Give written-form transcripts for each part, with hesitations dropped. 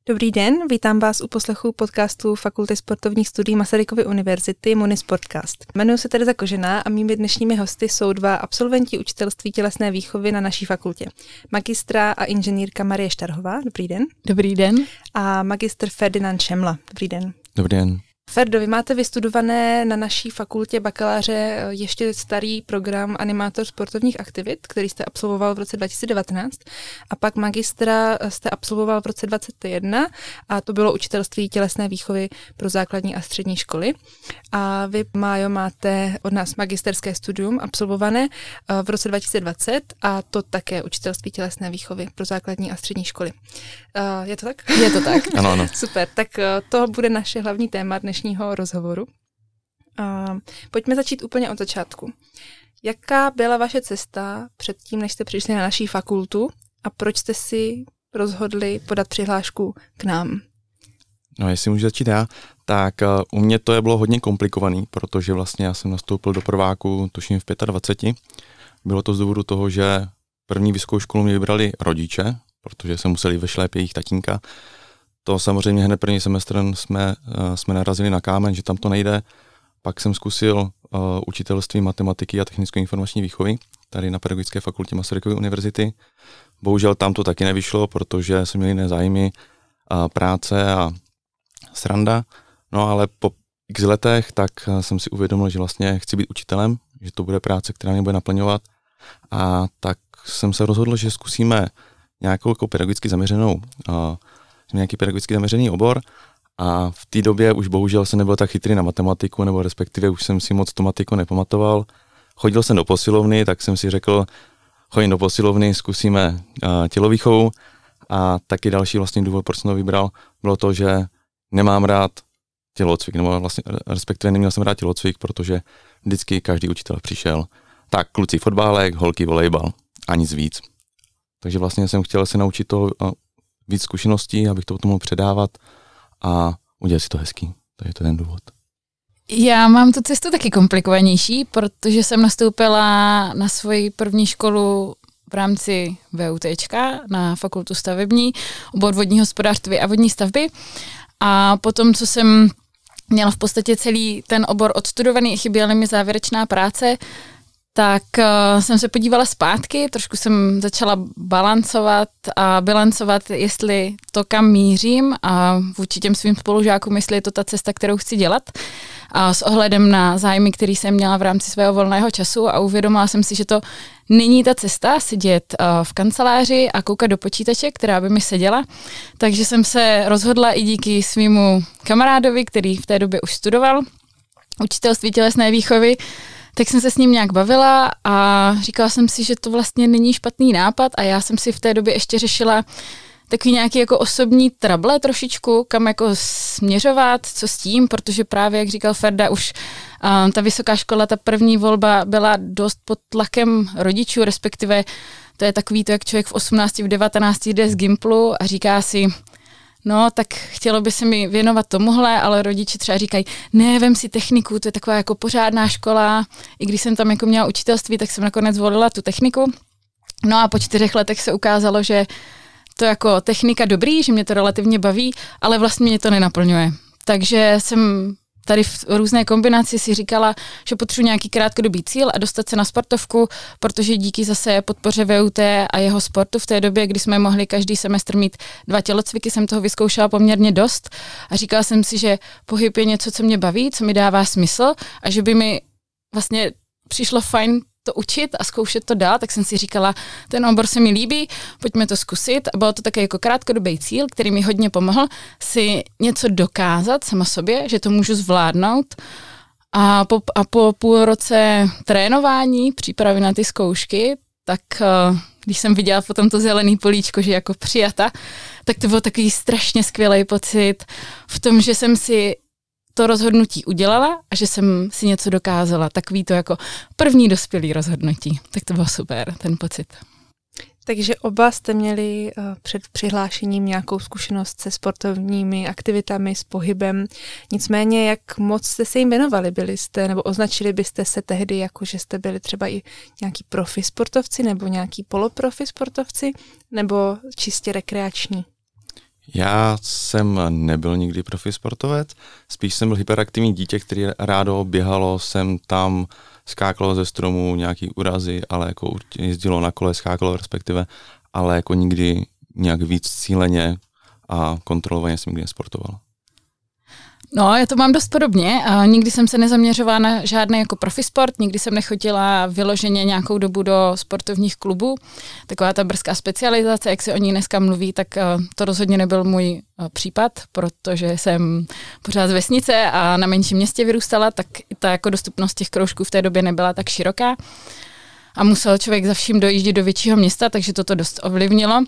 Dobrý den, vítám vás u poslechu podcastu Fakulty sportovních studií Masarykovy univerzity Munisportcast. Jmenuji se Tereza Kožená a mými dnešními hosty jsou dva absolventi učitelství tělesné výchovy na naší fakultě. Magistra a inženýrka Marie Štarhová, dobrý den. Dobrý den. A magistr Ferdinand Šemla, dobrý den. Dobrý den. Ferdo, vy máte vystudované na naší fakultě bakaláře ještě starý program animátor sportovních aktivit, který jste absolvoval v roce 2019 a pak magistra jste absolvoval v roce 2021 a to bylo učitelství tělesné výchovy pro základní a střední školy. A vy, Májo, máte od nás magisterské studium absolvované v roce 2020 a to také učitelství tělesné výchovy pro základní a střední školy. Je to tak? Je to tak. Ano. Super, tak to bude naše hlavní téma dnešního rozhovoru. Pojďme začít úplně od začátku. Jaká byla vaše cesta předtím, než jste přišli na naší fakultu a proč jste si rozhodli podat přihlášku k nám? No, jestli můžu začít já, tak u mě to bylo hodně komplikovaný, protože vlastně já jsem nastoupil do prváku tuším v 25. Bylo to z důvodu toho, že první vysokou školu mě vybrali rodiče, protože se museli vyšlép jejich tatínka. To samozřejmě hned první semestr jsme narazili na kámen, že tam to nejde. Pak jsem zkusil učitelství matematiky a technicko-informační výchovy tady na Pedagogické fakultě Masarykovy univerzity. Bohužel tam to taky nevyšlo, protože jsem měl jiné zájmy, práce a sranda. No ale po x letech tak jsem si uvědomil, že vlastně chci být učitelem, že to bude práce, která mě bude naplňovat. A tak jsem se rozhodl, že zkusíme nějakou jako pedagogicky nějaký pedagogicky zaměřený obor a v té době už bohužel jsem nebyl tak chytrý na matematiku, nebo respektive už jsem si moc tu matiku nepamatoval. Chodil jsem do posilovny, tak jsem si řekl, chodím do posilovny, zkusíme tělovýchovu a taky další vlastně důvod, proč jsem to vybral, bylo to, že nemám rád tělocvik, nebo vlastně respektive neměl jsem rád tělocvik, protože vždycky každý učitel přišel. Tak kluci fotbálek, holky volejbal a nic víc. Takže vlastně jsem chtěl se naučit toho víc zkušeností, abych to potom mohl předávat a udělat si to hezký. Takže to je ten důvod. Já mám tu cestu taky komplikovanější, protože jsem nastoupila na svoji první školu v rámci VUTčka na fakultu stavební, obor vodní hospodářství a vodní stavby. A potom, co jsem měla v podstatě celý ten obor odstudovaný, chyběla mi závěrečná práce, tak jsem se podívala zpátky, trošku jsem začala balancovat a bilancovat, jestli to kam mířím a vůči těm svým spolužákům, jestli je to ta cesta, kterou chci dělat. A s ohledem na zájmy, který jsem měla v rámci svého volného času a uvědomila jsem si, že to není ta cesta sedět v kanceláři a koukat do počítače, která by mi seděla. Takže jsem se rozhodla i díky svýmu kamarádovi, který v té době už studoval učitelství tělesné výchovy, tak jsem se s ním nějak bavila a říkala jsem si, že to vlastně není špatný nápad a já jsem si v té době ještě řešila takový nějaký jako osobní trable trošičku, kam jako směřovat, co s tím, protože právě, jak říkal Ferda, už ta vysoká škola, ta první volba byla dost pod tlakem rodičů, respektive to je takový to, jak člověk v 18, v 19 jde z Gimplu a říká si, no, tak chtělo by se mi věnovat tomuhle, ale rodiče třeba říkají, ne, vem si techniku, to je taková jako pořádná škola. I když jsem tam jako měla učitelství, tak jsem nakonec volila tu techniku. No a po 4 letech se ukázalo, že to jako technika dobrý, že mě to relativně baví, ale vlastně mě to nenaplňuje. Takže jsem tady v různé kombinaci si říkala, že potřebuji nějaký krátkodobý cíl a dostat se na sportovku, protože díky zase podpoře VUT a jeho sportu v té době, kdy jsme mohli každý semestr mít 2 tělocviky, jsem toho vyzkoušela poměrně dost a říkala jsem si, že pohyb je něco, co mě baví, co mi dává smysl a že by mi vlastně přišlo fajn to učit a zkoušet to dál, tak jsem si říkala, ten obor se mi líbí, pojďme to zkusit. A bylo to také jako krátkodobý cíl, který mi hodně pomohl si něco dokázat sama sobě, že to můžu zvládnout. A po půl roce trénování, přípravy na ty zkoušky, tak když jsem viděla potom to zelený políčko, že jako přijata, tak to byl takový strašně skvělý pocit v tom, že jsem si to rozhodnutí udělala a že jsem si něco dokázala. Takový to jako první dospělý rozhodnutí. Tak to bylo super, ten pocit. Takže oba jste měli před přihlášením nějakou zkušenost se sportovními aktivitami, s pohybem. Nicméně, jak moc jste se jim věnovali? Byli jste, nebo označili byste se tehdy, jako že jste byli třeba i nějaký profi sportovci, nebo nějaký poloprofi sportovci, nebo čistě rekreační? Já jsem nebyl nikdy profi sportovec, spíš jsem byl hyperaktivní dítě, který rádo běhalo sem tam, skákalo ze stromů, nějaký úrazy, ale jako jezdilo na kole, skákalo respektive, ale jako nikdy nějak víc cíleně a kontrolovaně jsem nikdy nesportoval. No, já to mám dost podobně. Nikdy jsem se nezaměřovala na žádný jako profisport, nikdy jsem nechodila vyloženě nějakou dobu do sportovních klubů. Taková ta brzká specializace, jak se o ní dneska mluví, tak to rozhodně nebyl můj případ, protože jsem pořád z vesnice a na menším městě vyrůstala, tak ta jako dostupnost těch kroužků v té době nebyla tak široká. A musel člověk za vším dojíždět do většího města, takže to dost ovlivnilo.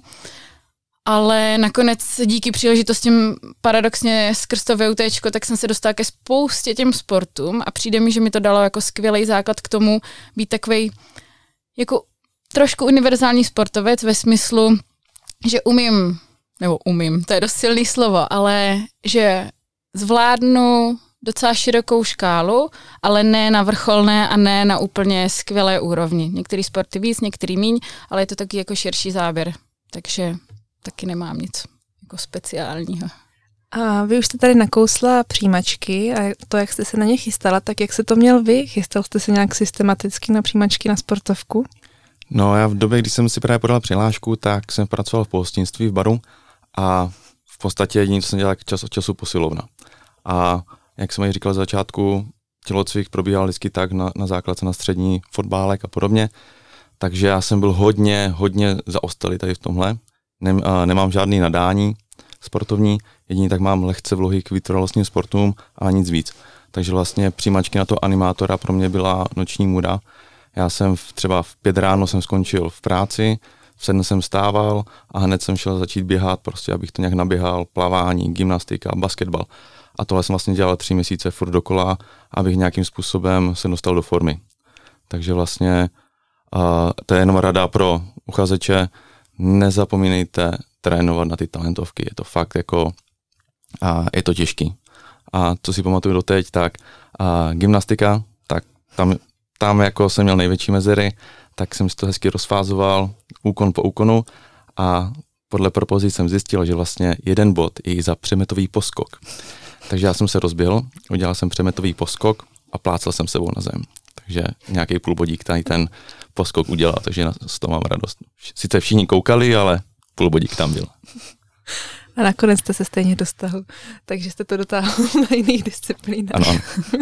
Ale nakonec díky příležitostím paradoxně skrz to VUTčko, tak jsem se dostala ke spoustě těm sportům a přijde mi, že mi to dalo jako skvělý základ k tomu být takovej jako trošku univerzální sportovec ve smyslu, že umím, to je dost silný slovo, ale že zvládnu docela širokou škálu, ale ne na vrcholné a ne na úplně skvělé úrovni. Některý sporty víc, některý míň, ale je to taky jako širší záběr, takže taky nemám nic jako speciálního. A vy už jste tady nakousla přijímačky a to, jak jste se na ně chystala, tak jak se to měl vy? Chystal jste se nějak systematicky na přijímačky na sportovku? No já v době, kdy jsem si právě podal přihlášku, tak jsem pracoval v pohostinství v baru a v podstatě jediné, co jsem dělal, čas od času posilovna. A jak jsem ji říkal z začátku, tělocvik probíhal vždycky tak na základce, na střední, fotbálek a podobně, takže já jsem byl hodně zaostalý tady v tomhle. Nemám žádný nadání sportovní, jedině tak mám lehce vlohy k vytrvalostním sportům a nic víc. Takže vlastně přijímačky na to animátora pro mě byla noční můra. Já jsem třeba v 5 ráno jsem skončil v práci, v 7 jsem stával a hned jsem šel začít běhat, prostě abych to nějak naběhal, plavání, gymnastika, basketbal. A tohle jsem vlastně dělal 3 měsíce furt dokola, abych nějakým způsobem se dostal do formy. Takže vlastně to je jenom rada pro uchazeče, nezapomínejte trénovat na ty talentovky, je to fakt jako, je to těžký. A co si pamatuju doteď, tak gymnastika, tak tam jako jsem měl největší mezery, tak jsem si to hezky rozfázoval, úkon po úkonu a podle propozic jsem zjistil, že vlastně 1 bod je i za přemetový poskok. Takže já jsem se rozběhl, udělal jsem přemetový poskok a plácal jsem sebou na zem. Takže nějaký půlbodík tady ten poskok udělal, takže z toho mám radost. Sice všichni koukali, ale půlbodík tam byl. A nakonec jste se stejně dostal, takže jste to dotáhl na jiných disciplínách. Ano.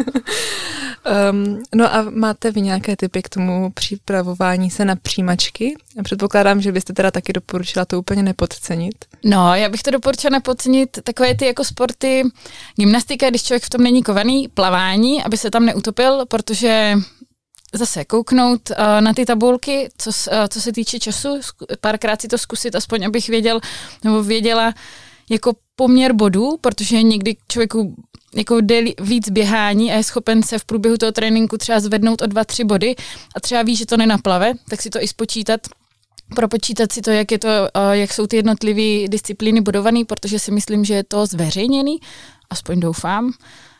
No a máte vy nějaké tipy k tomu připravování se na přijímačky? Já předpokládám, že byste teda taky doporučila to úplně nepodcenit. No, já bych to doporučila nepodcenit takové ty jako sporty, gymnastika, když člověk v tom není kovaný, plavání, aby se tam neutopil, protože zase kouknout na ty tabulky, co se týče času, párkrát si to zkusit, aspoň abych věděla jako poměr bodů, protože někdy člověku jako jde víc běhání a je schopen se v průběhu toho tréninku třeba zvednout o 2-3 body a třeba ví, že to nenaplave, tak si to i spočítat, propočítat si to, jak jsou ty jednotlivé disciplíny bodované, protože si myslím, že je to zveřejněný, aspoň doufám.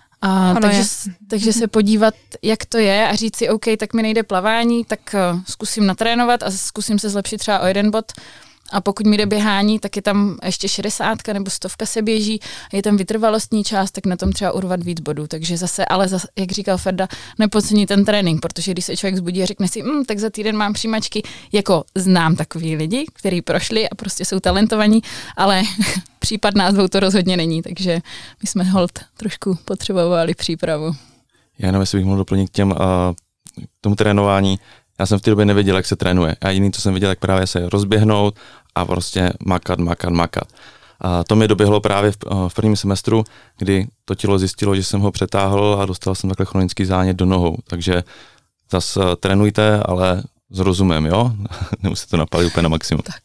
Takže se podívat, jak to je a říct si, OK, tak mi nejde plavání, tak zkusím natrénovat a zkusím se zlepšit třeba o 1 bod. A pokud mi jde běhání, tak je tam ještě 60 nebo 100 se běží, je tam vytrvalostní část, tak na tom třeba urvat víc bodů. Takže zase, jak říkal Ferda, nepodceňuj ten trénink, protože když se člověk zbudí a řekne si, tak za týden mám přijímačky, jako znám takový lidi, kteří prošli a prostě jsou talentovaní, ale případ nás dvou to rozhodně není, takže my jsme holt trošku potřebovali přípravu. Já nevím, jestli bych mohl doplnit k tomu trénování. Já jsem v té době nevěděl, jak se trénuje. A jediný, co jsem věděl, jak právě se rozběhnout a prostě makat. A to mi doběhlo právě v prvním semestru, kdy to tělo zjistilo, že jsem ho přetáhl a dostal jsem takhle chronický zánět do nohou. Takže zase trénujte, ale s rozumem, jo? Nemusíte to napalit úplně na maximum. Tak.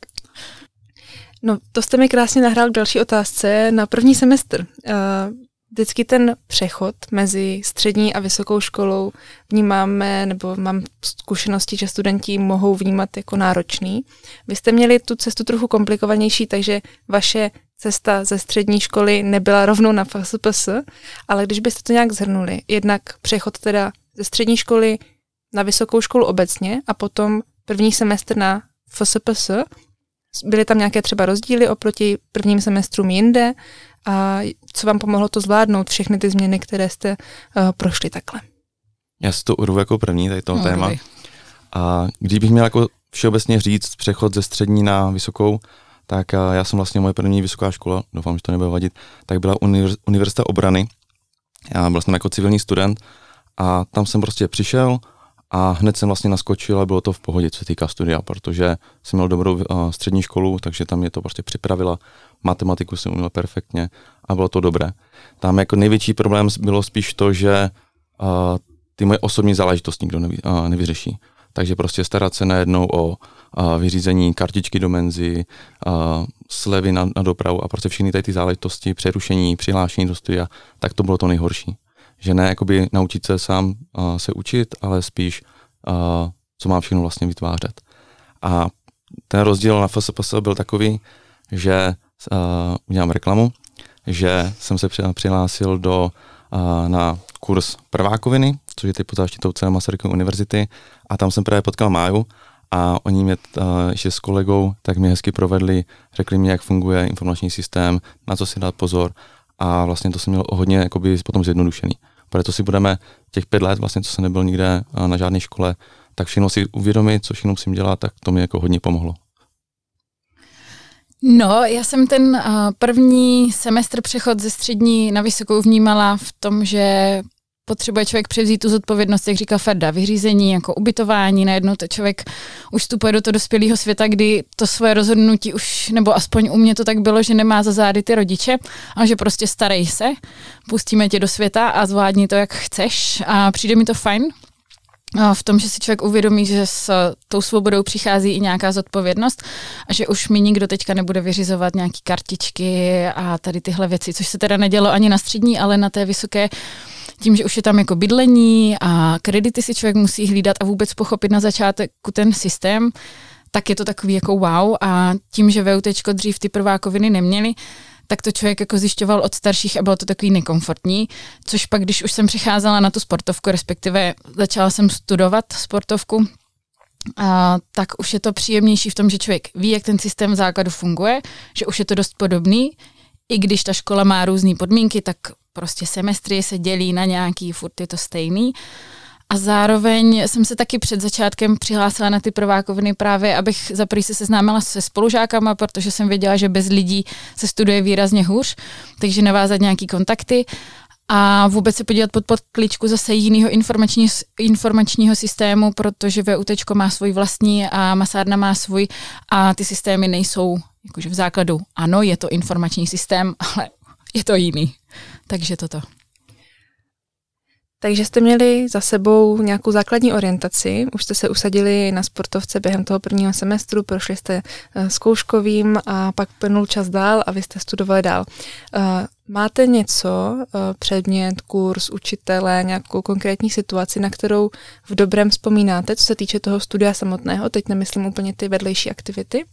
No, to jste mi krásně nahrál k další otázce na první semestr. Vždycky ten přechod mezi střední a vysokou školou vnímáme, nebo mám zkušenosti, že studenti mohou vnímat jako náročný. Vy jste měli tu cestu trochu komplikovanější, takže vaše cesta ze střední školy nebyla rovnou na FSPS, ale když byste to nějak shrnuli, jednak přechod teda ze střední školy na vysokou školu obecně a potom první semestr na FSPS, Byly tam nějaké třeba rozdíly oproti prvním semestrům jinde a co vám pomohlo to zvládnout, všechny ty změny, které jste prošli takhle? Já si to urvu jako první, tady toho téma. A když bych měl jako všeobecně říct přechod ze střední na vysokou, tak já jsem vlastně moje první vysoká škola, doufám, že to nebude vadit, tak byla Univerzita obrany. Já byl jsem jako civilní student a tam jsem prostě přišel a hned jsem vlastně naskočil a bylo to v pohodě, co se týká studia, protože jsem měl dobrou střední školu, takže tam mě to prostě připravila, matematiku jsem uměl perfektně a bylo to dobré. Tam jako největší problém bylo spíš to, že ty moje osobní záležitosti nikdo nevyřeší. Takže prostě starat se najednou o vyřízení kartičky do menzy, slevy na dopravu a prostě všechny tady ty záležitosti, přerušení, přihlášení do studia, tak to bylo to nejhorší. Že ne jakoby naučit se sám se učit, ale spíš co mám všechno vlastně vytvářet. A ten rozdíl na FSPS byl takový, že udělám reklamu, že jsem se přihlásil na kurz prvákoviny, což je teď pod záštitou celé Masarykovy univerzity, a tam jsem právě potkal Máju a oni mě ještě s kolegou tak mě hezky provedli, řekli mi, jak funguje informační systém, na co si dát pozor a vlastně to jsem měl hodně jakoby potom zjednodušený. Proto si budeme těch 5 let, vlastně co jsem nebyl nikde na žádné škole, tak všechno si uvědomit, co všechno musím dělat, tak to mi jako hodně pomohlo. No, já jsem ten první semestr přechod ze střední na vysokou vnímala v tom, že potřebuje člověk převzít tu zodpovědnost, jak říká Ferda, vyřízení, jako ubytování, najednou to člověk už vstupuje do toho dospělého světa, kdy to svoje rozhodnutí už, nebo aspoň u mě to tak bylo, že nemá za zády ty rodiče, ale že prostě starej se, pustíme tě do světa a zvládni to, jak chceš a přijde mi to fajn. V tom, že si člověk uvědomí, že s tou svobodou přichází i nějaká zodpovědnost a že už mi nikdo teďka nebude vyřizovat nějaký kartičky a tady tyhle věci, což se teda nedělo ani na střední, ale na té vysoké, tím, že už je tam jako bydlení a kredity si člověk musí hlídat a vůbec pochopit na začátku ten systém, tak je to takový jako wow a tím, že VUTčko dřív ty prvákoviny neměli, tak to člověk jako zjišťoval od starších a bylo to takový nekomfortní, což pak, když už jsem přicházela na tu sportovku, respektive začala jsem studovat sportovku, tak už je to příjemnější v tom, že člověk ví, jak ten systém v základu funguje, že už je to dost podobný, i když ta škola má různé podmínky, tak prostě semestry se dělí na nějaký, furt je to stejný. A zároveň jsem se taky před začátkem přihlásila na ty prvákoviny právě, abych za první se seznámila se spolužákama, protože jsem věděla, že bez lidí se studuje výrazně hůř, takže navázat nějaký kontakty a vůbec se podívat pod podklíčku zase jiného informačního systému, protože VUTčko má svůj vlastní a masárna má svůj a ty systémy nejsou jakože v základu. Ano, je to informační systém, ale je to jiný. Takže toto. Takže jste měli za sebou nějakou základní orientaci, už jste se usadili na sportovce během toho prvního semestru, prošli jste zkouškovým a pak plynul čas dál a vy jste studovali dál. Máte něco, předmět, kurz, učitele, nějakou konkrétní situaci, na kterou v dobrém vzpomínáte, co se týče toho studia samotného? Teď nemyslím úplně ty vedlejší aktivity.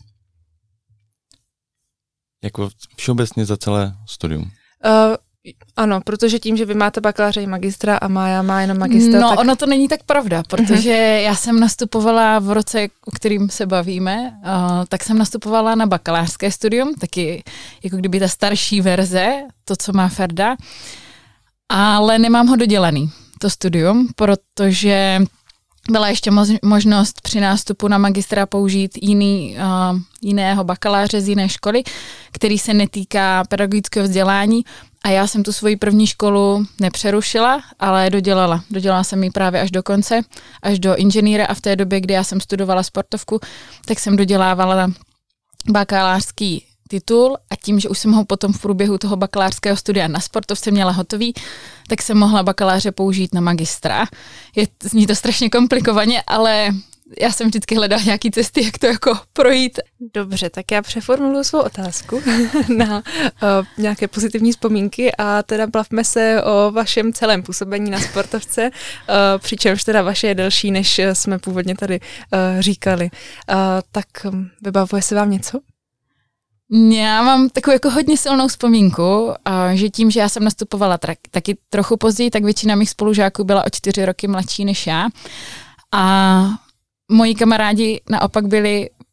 Jako všeobecně za celé studium? Ano, protože tím, že vy máte bakaláře i magistra a Mája má jenom magistra. No, tak... ono to není tak pravda, protože já jsem nastupovala v roce, o kterým se bavíme, tak jsem nastupovala na bakalářské studium, taky jako kdyby ta starší verze, to, co má Ferda, ale nemám ho dodělaný, to studium, protože byla ještě možnost při nástupu na magistra použít jiného bakaláře z jiné školy, který se netýká pedagogického vzdělání. A já jsem tu svoji první školu nepřerušila, ale dodělala. Dodělala jsem ji právě až do konce, až do inženýra a v té době, kdy já jsem studovala sportovku, tak jsem dodělávala bakalářský titul a tím, že už jsem ho potom v průběhu toho bakalářského studia na sportovce měla hotový, tak jsem mohla bakaláře použít na magistra. Zní to strašně komplikovaně, ale já jsem vždycky hledala nějaký cesty, jak to jako projít. Dobře, tak já přeformuluji svou otázku na nějaké pozitivní vzpomínky a teda bavme se o vašem celém působení na sportovce, přičemž teda vaše je delší, než jsme původně tady říkali. Tak vybavuje se vám něco? Já mám takovou jako hodně silnou vzpomínku, že tím, že já jsem nastupovala taky trochu později, tak většina mých spolužáků byla o 4 roky mladší než já. A moji kamarádi naopak byli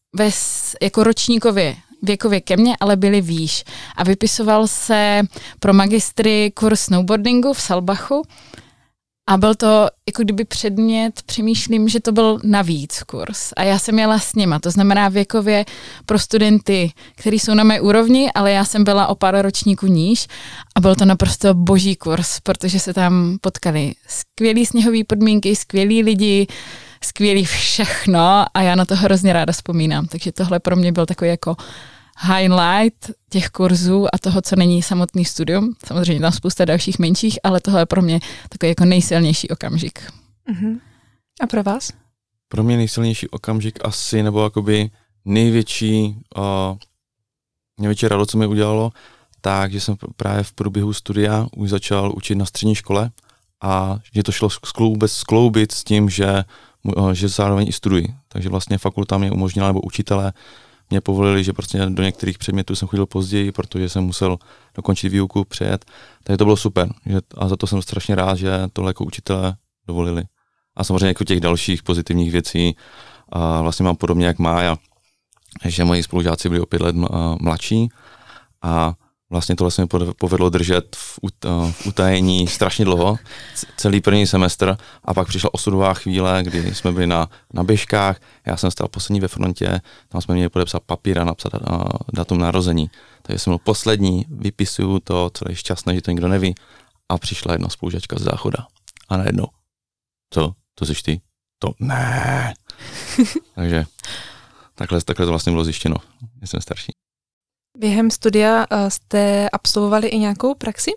jako ročníkově věkově ke mně, ale byli výš. A vypisoval se pro magistry kurz snowboardingu v Salbachu a byl to jako kdyby předmět, přemýšlím, že to byl navíc kurz. A já jsem jela s nima, to znamená věkově pro studenty, kteří jsou na mé úrovni, ale já jsem byla o pár ročníků níž a byl to naprosto boží kurz, protože se tam potkali skvělý sněhový podmínky, skvělí lidi, skvělý všechno a já na to hrozně ráda vzpomínám. Takže tohle pro mě byl takový jako highlight těch kurzů a toho, co není samotný studium. Samozřejmě tam spousta dalších menších, ale tohle je pro mě takový jako nejsilnější okamžik. Uh-huh. A pro vás? Pro mě nejsilnější okamžik asi, nebo jakoby největší radost, co mi udělalo, takže jsem právě v průběhu studia už začal učit na střední škole a že to šlo skloubit s tím, že zároveň i studuji. Takže vlastně fakulta mě umožnila, nebo učitelé mě povolili, že prostě do některých předmětů jsem chodil později, protože jsem musel dokončit výuku, přejet. Takže to bylo super. A za to jsem strašně rád, že tohle jako učitelé dovolili. A samozřejmě jako těch dalších pozitivních věcí a vlastně mám podobně jak Mája, že moji spolužáci byli o 5 let mladší a vlastně tohle se mi povedlo držet v utajení strašně dlouho, celý první semestr a pak přišla osudová chvíle, kdy jsme byli na běžkách, já jsem stál poslední ve frontě, tam jsme měli podepsat papír a napsat datum narození. Takže jsem byl poslední, vypisuju to, celý šťastný, že to nikdo neví a přišla jedna spolužačka z záchoda a najednou, co? To jsi ty? To ne. Takže takhle to vlastně bylo zjištěno, že jsem starší. Během studia jste absolvovali i nějakou praxi?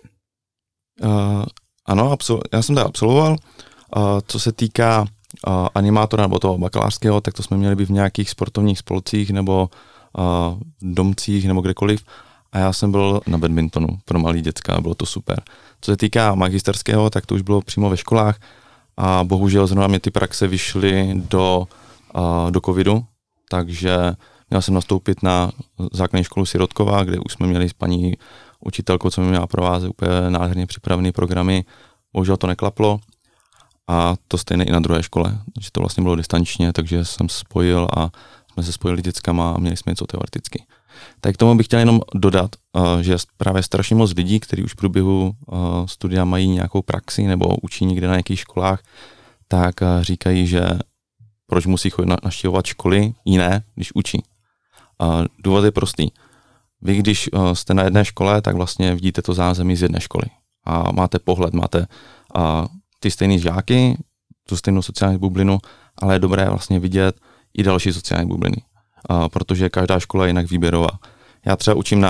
Ano, já jsem to absolvoval. Co se týká animátora nebo toho bakalářského, tak to jsme měli být v nějakých sportovních spolcích nebo domcích nebo kdekoliv. A já jsem byl na badmintonu pro malý děcka, bylo to super. Co se týká magisterského, tak to už bylo přímo ve školách a bohužel zrovna mě ty praxe vyšly do covidu, takže měl jsem nastoupit na základní školu Sirotkova, kde už jsme měli s paní učitelkou, co mi měla provázet úplně nádherně připravené programy. Bohužel to neklaplo a to stejné i na druhé škole, že to vlastně bylo distančně, takže jsem spojil a jsme se spojili dětskama a měli jsme něco teoreticky. Tak k tomu bych chtěl jenom dodat, že právě strašně moc lidí, kteří už v průběhu studia mají nějakou praxi nebo učí někde na nějakých školách, tak říkají, že proč musí chodit navštěvovat školy jiné, když učí. Důvod je prostý. Vy, když jste na jedné škole, tak vlastně vidíte to zázemí z jedné školy. A máte pohled, máte ty stejné žáky, tu stejnou sociální bublinu, ale je dobré vlastně vidět i další sociální bubliny. Protože každá škola je jinak výběrová. Já třeba učím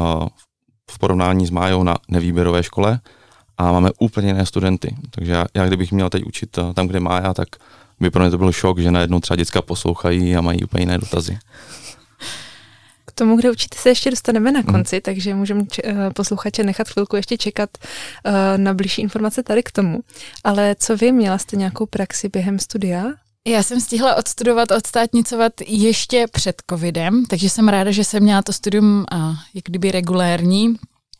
v porovnání s Májou na nevýběrové škole a máme úplně jiné studenty. Takže já kdybych měl teď učit tam, kde Mája, tak by pro mě to byl šok, že najednou třeba děcka poslouchají a mají úplně jiné dotazy. K tomu, kde učíte, se ještě dostaneme na konci, takže můžeme posluchače nechat chvilku ještě čekat na blížší informace tady k tomu. Ale co vy, měla jste nějakou praxi během studia? Já jsem stihla odstátnicovat ještě před covidem, takže jsem ráda, že jsem měla to studium jak kdyby regulérní.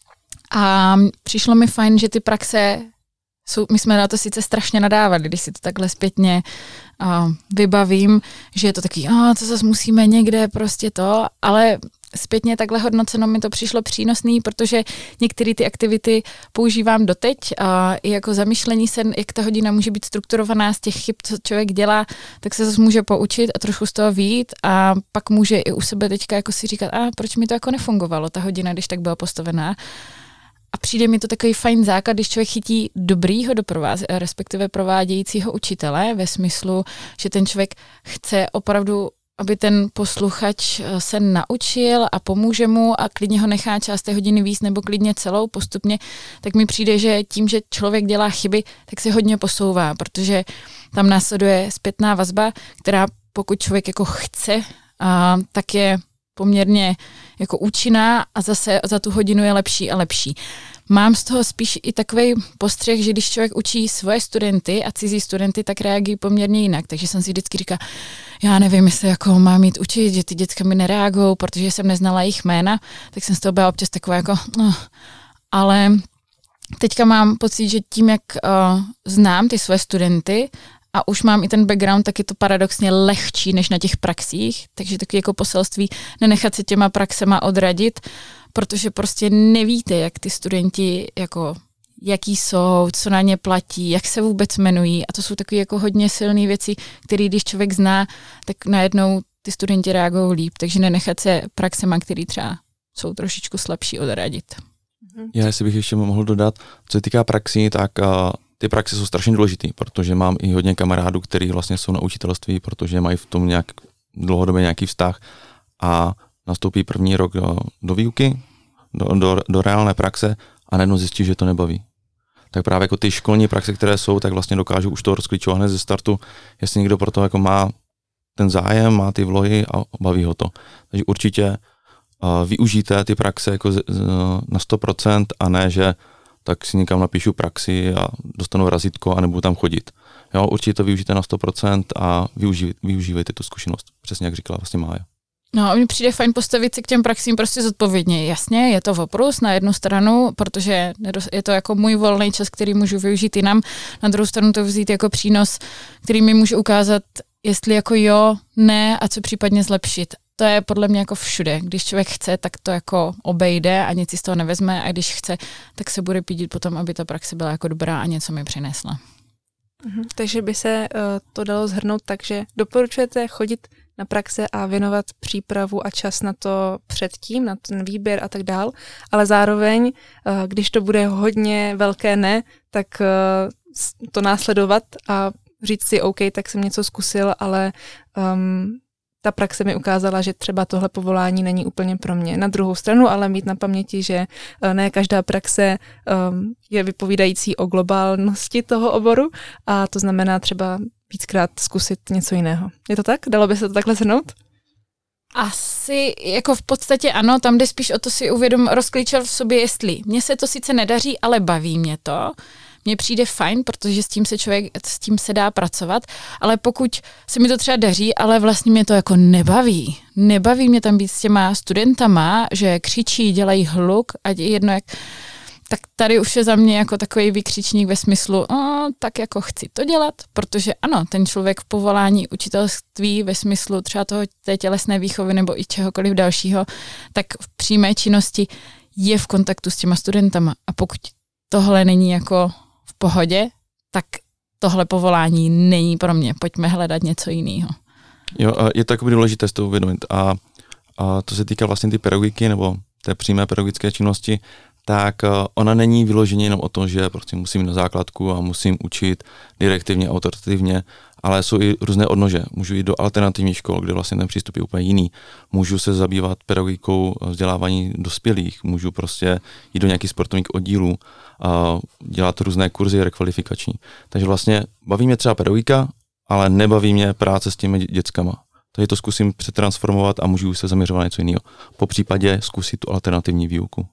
A přišlo mi fajn, že ty praxe my jsme na to sice strašně nadávali, když si to takhle zpětně vybavím, že je to taky, co zase musíme někde prostě to, ale zpětně takhle hodnoceno mi to přišlo přínosný, protože některé ty aktivity používám doteď a i jako zamyšlení se, jak ta hodina může být strukturovaná z těch chyb, co člověk dělá, tak se zase může poučit a trošku z toho vyjít a pak může i u sebe teďka jako si říkat, proč mi to jako nefungovalo, ta hodina, když tak byla postavená. A přijde mi to takový fajn základ, když člověk chytí dobrýho respektive provádějícího učitele ve smyslu, že ten člověk chce opravdu, aby ten posluchač se naučil a pomůže mu a klidně ho nechá část té hodiny víc nebo klidně celou postupně, tak mi přijde, že tím, že člověk dělá chyby, tak se hodně posouvá, protože tam následuje zpětná vazba, která pokud člověk jako chce, tak je poměrně jako účinná a zase za tu hodinu je lepší a lepší. Mám z toho spíš i takový postřeh, že když člověk učí svoje studenty a cizí studenty, tak reagují poměrně jinak. Takže jsem si vždycky říkala, já nevím, jestli jako mám jít učit, že ty děcka mi nereagují, protože jsem neznala jejich jména, tak jsem z toho byla občas taková jako, ale teďka mám pocit, že tím, jak znám ty svoje studenty a už mám i ten background, tak je to paradoxně lehčí než na těch praxích, takže taky jako poselství nenechat se těma praxema odradit, protože prostě nevíte, jak ty studenti jako jaký jsou, co na ně platí, jak se vůbec jmenují a to jsou takové jako hodně silné věci, které když člověk zná, tak najednou ty studenti reagují líp, takže nenechat se praxema, který třeba jsou trošičku slabší, odradit. Já jestli bych ještě mohl dodat, co se týká praxí, tak ty praxe jsou strašně důležitý, protože mám i hodně kamarádů, kteří vlastně jsou na učitelství, protože mají v tom nějak dlouhodobě nějaký vztah a nastoupí první rok do výuky, do reálné praxe a najednou zjistí, že to nebaví. Tak právě jako ty školní praxe, které jsou, tak vlastně dokážou už to rozklíčovat hned ze startu, jestli někdo pro to jako má ten zájem, má ty vlohy a baví ho to. Takže určitě využijte ty praxe jako na 100% a ne, že tak si někam napíšu praxi a dostanu razítko a nebudu tam chodit. Jo, určitě to využijte na 100% a využívejte tu zkušenost. Přesně jak říkala vlastně Mája. No a mně přijde fajn postavit se k těm praxím prostě zodpovědně. Jasně, je to oprus na jednu stranu, protože je to jako můj volný čas, který můžu využít jinam. Na druhou stranu to vzít jako přínos, který mi může ukázat, jestli jako jo, ne a co případně zlepšit. To je podle mě jako všude. Když člověk chce, tak to jako obejde a nic si z toho nevezme a když chce, tak se bude pídit potom, aby ta praxe byla jako dobrá a něco mi přinesla. Takže by se to dalo shrnout tak, že doporučujete chodit na praxe a věnovat přípravu a čas na to předtím, na ten výběr a tak dál, ale zároveň, když to bude hodně velké ne, tak to následovat a říct si OK, tak jsem něco zkusil, ale ta praxe mi ukázala, že třeba tohle povolání není úplně pro mě. Na druhou stranu ale mít na paměti, že ne každá praxe je vypovídající o globálnosti toho oboru a to znamená třeba víckrát zkusit něco jiného. Je to tak? Dalo by se to takhle shrnout? Asi jako v podstatě ano, tam jde spíš o to si rozklíčovat v sobě, jestli mně se to sice nedaří, ale baví mě to. Mně přijde fajn, protože s tím se dá pracovat, ale pokud se mi to třeba daří, ale vlastně mě to jako nebaví. Nebaví mě tam být s těma studentama, že křičí, dělají hluk, ať je jedno jak, tak tady už je za mě jako takový vykřičník ve smyslu, tak jako chci to dělat, protože ano, ten člověk v povolání učitelství ve smyslu třeba té tělesné výchovy nebo i čehokoliv dalšího, tak v přímé činnosti je v kontaktu s těma studentama a pokud tohle není jako v pohodě, tak tohle povolání není pro mě. Pojďme hledat něco jiného. Jo, je to takový důležité si to uvědomit. A to se týká vlastně ty pedagogiky nebo té přímé pedagogické činnosti, tak ona není vyloženě jenom o tom, že prostě musím jít na základku a musím učit direktivně, autoritativně, ale jsou i různé odnože. Můžu jít do alternativních škol, kde vlastně ten přístup je úplně jiný. Můžu se zabývat pedagogikou vzdělávání dospělých, můžu prostě jít do nějakých sportovních oddílů, dělat různé kurzy rekvalifikační. Takže vlastně baví mě třeba pedagogika, ale nebaví mě práce s těmi dětskama. Takže to zkusím přetransformovat a můžu se zaměřovat na něco jiného. Po případě zkusit tu alternativní výuku.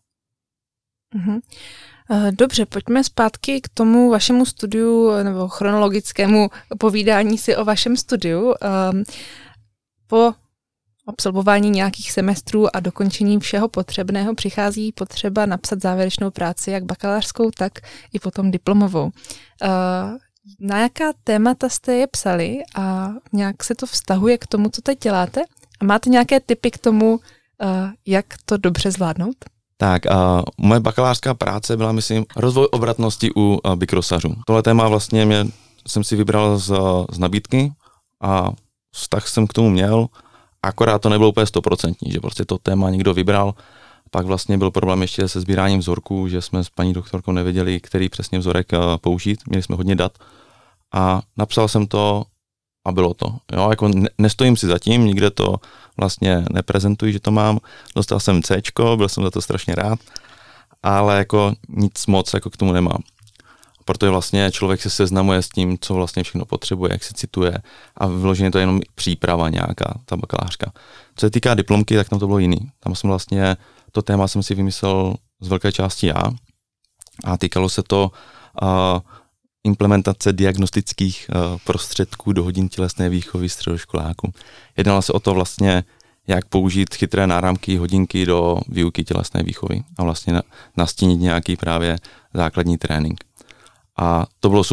Dobře, pojďme zpátky k tomu vašemu studiu nebo chronologickému povídání si o vašem studiu. Po absolvování nějakých semestrů a dokončení všeho potřebného přichází potřeba napsat závěrečnou práci, jak bakalářskou, tak i potom diplomovou. Na jaká témata jste je psali a nějak se to vztahuje k tomu, co teď děláte? A máte nějaké tipy k tomu, jak to dobře zvládnout? Tak, moje bakalářská práce byla, myslím, rozvoj obratnosti u bikrosařů. Tohle téma vlastně jsem si vybral z nabídky a vztah jsem k tomu měl, akorát to nebylo úplně 100%, že prostě to téma někdo vybral. Pak vlastně byl problém ještě se sbíráním vzorků, že jsme s paní doktorkou nevěděli, který přesně vzorek použít, měli jsme hodně dat a napsal jsem to a bylo to. Jo, jako nestojím si za tím, nikde to vlastně neprezentuji, že to mám. Dostal jsem Cčko, byl jsem za to strašně rád, ale jako nic moc jako k tomu nemám. Protože vlastně člověk se seznamuje s tím, co vlastně všechno potřebuje, jak se cituje a vyloženě to je jenom příprava nějaká, ta bakalářka. Co se týká diplomky, tak tam to bylo jiný. Tam jsem vlastně, to téma jsem si vymyslel z velké části já a týkalo se to implementace diagnostických prostředků do hodin tělesné výchovy středoškoláků. Jednalo se o to vlastně, jak použít chytré náramky, hodinky do výuky tělesné výchovy a vlastně nastínit nějaký právě základní trénink. A to bylo super,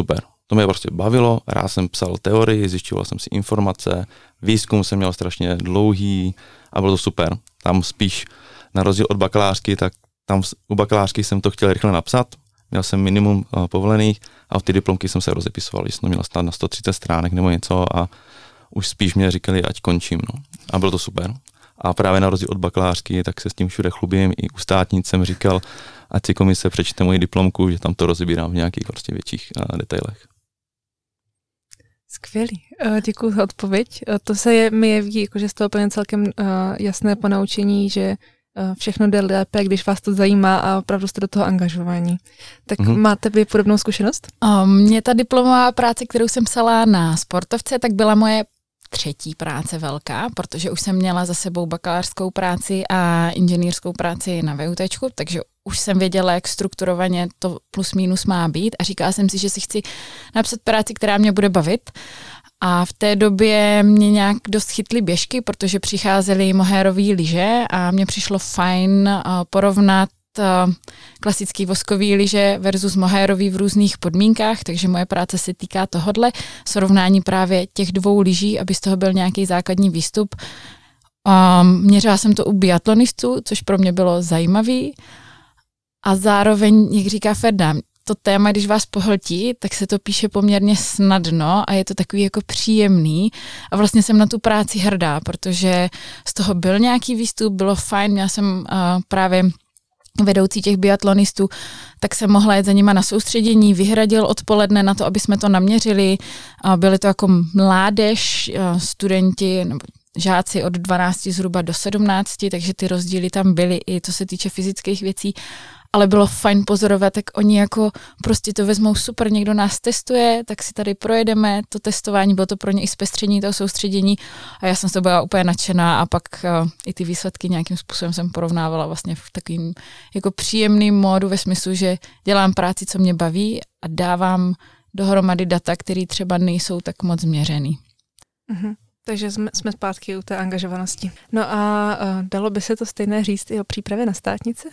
To mě prostě bavilo, rád jsem psal teorii, zjišťoval jsem si informace, výzkum jsem měl strašně dlouhý a bylo to super. Tam spíš na rozdíl od bakalářky, tak tam u bakalářky jsem to chtěl rychle napsat, měl jsem minimum povolených a v ty diplomky jsem se rozepisoval, že jsem měl stát na 130 stránek nebo něco a už spíš mě říkali, ať končím. No. A bylo to super. A právě na rozdíl od bakalářky, tak se s tím všude chlubím. I u státnic jsem říkal, ať si komise přečte moji diplomku, že tam to rozebírám v nějakých prostě větších detailech. Skvělý, děkuji za odpověď. To mi jeví, jakože z toho úplně celkem jasné ponaučení, že všechno jde lépe, když vás to zajímá a opravdu jste do toho angažování. Tak máte vy podobnou zkušenost? Mě ta diplomová práce, kterou jsem psala na sportovce, tak byla moje třetí práce velká, protože už jsem měla za sebou bakalářskou práci a inženýrskou práci na VUTčku, takže už jsem věděla, jak strukturovaně to plus minus má být a říkala jsem si, že si chci napsat práci, která mě bude bavit. A v té době mě nějak dost chytly běžky, protože přicházely mohérové lyže a mně přišlo fajn porovnat klasický voskový lyže versus mohérový v různých podmínkách, takže moje práce se týká tohodle, srovnání právě těch dvou lyží, aby z toho byl nějaký základní výstup. Měřila jsem to u biatlonistů, což pro mě bylo zajímavý a zároveň, jak říká Ferda, to téma, když vás pohltí, tak se to píše poměrně snadno a je to takový jako příjemný a vlastně jsem na tu práci hrdá, protože z toho byl nějaký výstup, bylo fajn, já jsem právě vedoucí těch biatlonistů, tak jsem mohla jet za nima na soustředění, vyhradil odpoledne na to, aby jsme to naměřili. Byly to jako mládež, studenti nebo žáci od 12 zhruba do 17, takže ty rozdíly tam byly i co se týče fyzických věcí, ale bylo fajn pozorovat, tak oni jako prostě to vezmou super, někdo nás testuje, tak si tady projedeme to testování, bylo to pro ně i zpestření toho soustředění a já jsem z toho byla úplně nadšená a pak i ty výsledky nějakým způsobem jsem porovnávala vlastně v takovým jako příjemným módu ve smyslu, že dělám práci, co mě baví a dávám dohromady data, které třeba nejsou tak moc změřený. Mhm. Takže jsme zpátky u té angažovanosti. No a dalo by se to stejné říct i o přípravě na státnice?